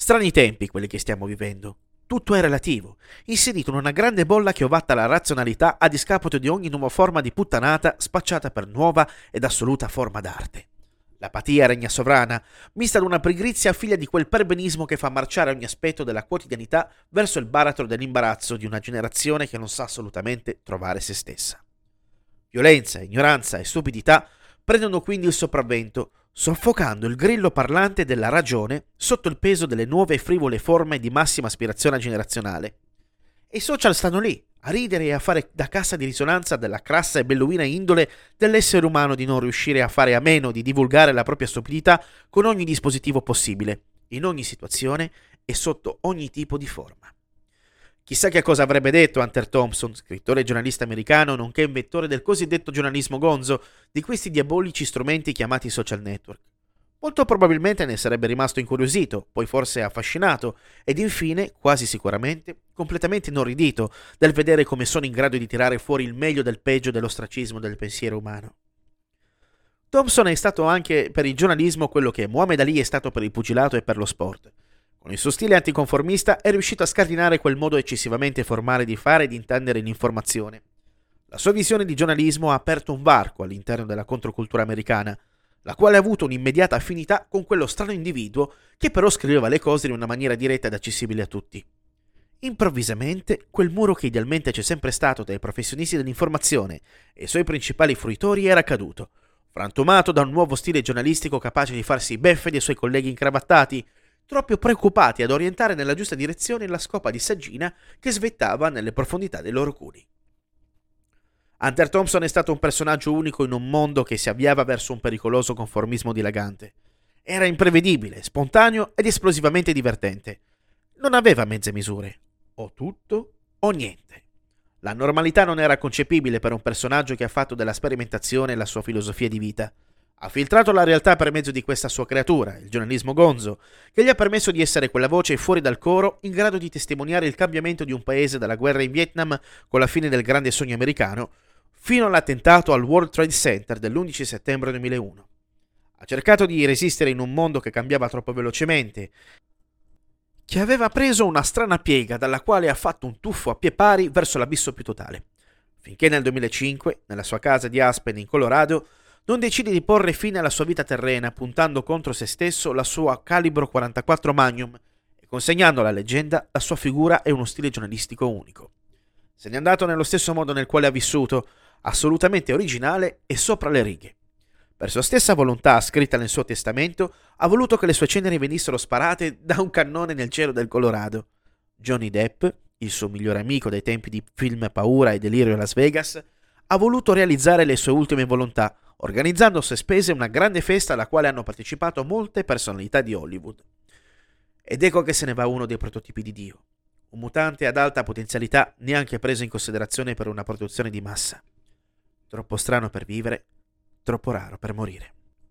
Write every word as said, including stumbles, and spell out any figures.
Strani tempi quelli che stiamo vivendo. Tutto è relativo, inserito in una grande bolla che ovatta la razionalità a discapito di ogni nuova forma di puttanata spacciata per nuova ed assoluta forma d'arte. L'apatia regna sovrana, mista ad una pigrizia figlia di quel perbenismo che fa marciare ogni aspetto della quotidianità verso il baratro dell'imbarazzo di una generazione che non sa assolutamente trovare se stessa. Violenza, ignoranza e stupidità prendono quindi il sopravvento, soffocando il grillo parlante della ragione sotto il peso delle nuove e frivole forme di massima aspirazione generazionale. E i social stanno lì, a ridere e a fare da cassa di risonanza della crassa e belluina indole dell'essere umano di non riuscire a fare a meno di divulgare la propria stupidità con ogni dispositivo possibile, in ogni situazione e sotto ogni tipo di forma. Chissà che cosa avrebbe detto Hunter Thompson, scrittore e giornalista americano, nonché inventore del cosiddetto giornalismo gonzo, di questi diabolici strumenti chiamati social network. Molto probabilmente ne sarebbe rimasto incuriosito, poi forse affascinato, ed infine, quasi sicuramente, completamente inorridito dal vedere come sono in grado di tirare fuori il meglio del peggio dell'ostracismo del pensiero umano. Thompson è stato anche per il giornalismo quello che Muhammad Ali è stato per il pugilato e per lo sport. Con il suo stile anticonformista è riuscito a scardinare quel modo eccessivamente formale di fare e di intendere l'informazione. La sua visione di giornalismo ha aperto un varco all'interno della controcultura americana, la quale ha avuto un'immediata affinità con quello strano individuo che però scriveva le cose in una maniera diretta ed accessibile a tutti. Improvvisamente, quel muro che idealmente c'è sempre stato tra i professionisti dell'informazione e i suoi principali fruitori era caduto, frantumato da un nuovo stile giornalistico capace di farsi beffe dei suoi colleghi incravattati, troppo preoccupati ad orientare nella giusta direzione la scopa di saggina che svettava nelle profondità dei loro culi. Hunter Thompson è stato un personaggio unico in un mondo che si avviava verso un pericoloso conformismo dilagante. Era imprevedibile, spontaneo ed esplosivamente divertente. Non aveva mezze misure. O tutto o niente. La normalità non era concepibile per un personaggio che ha fatto della sperimentazione la sua filosofia di vita. Ha filtrato la realtà per mezzo di questa sua creatura, il giornalismo gonzo, che gli ha permesso di essere quella voce fuori dal coro in grado di testimoniare il cambiamento di un paese dalla guerra in Vietnam con la fine del grande sogno americano, fino all'attentato al World Trade Center dell'undici settembre duemilauno. Ha cercato di resistere in un mondo che cambiava troppo velocemente, che aveva preso una strana piega dalla quale ha fatto un tuffo a pie pari verso l'abisso più totale, finché nel duemilacinque, nella sua casa di Aspen in Colorado, non decide di porre fine alla sua vita terrena puntando contro se stesso la sua calibro quarantaquattro Magnum e consegnando alla leggenda la sua figura e uno stile giornalistico unico. Se n'è andato nello stesso modo nel quale ha vissuto, assolutamente originale e sopra le righe. Per sua stessa volontà, scritta nel suo testamento, ha voluto che le sue ceneri venissero sparate da un cannone nel cielo del Colorado. Johnny Depp, il suo migliore amico dai tempi di film Paura e Delirio a Las Vegas, ha voluto realizzare le sue ultime volontà, organizzando a sue spese una grande festa alla quale hanno partecipato molte personalità di Hollywood. Ed ecco che se ne va uno dei prototipi di Dio, un mutante ad alta potenzialità neanche preso in considerazione per una produzione di massa. Troppo strano per vivere, troppo raro per morire.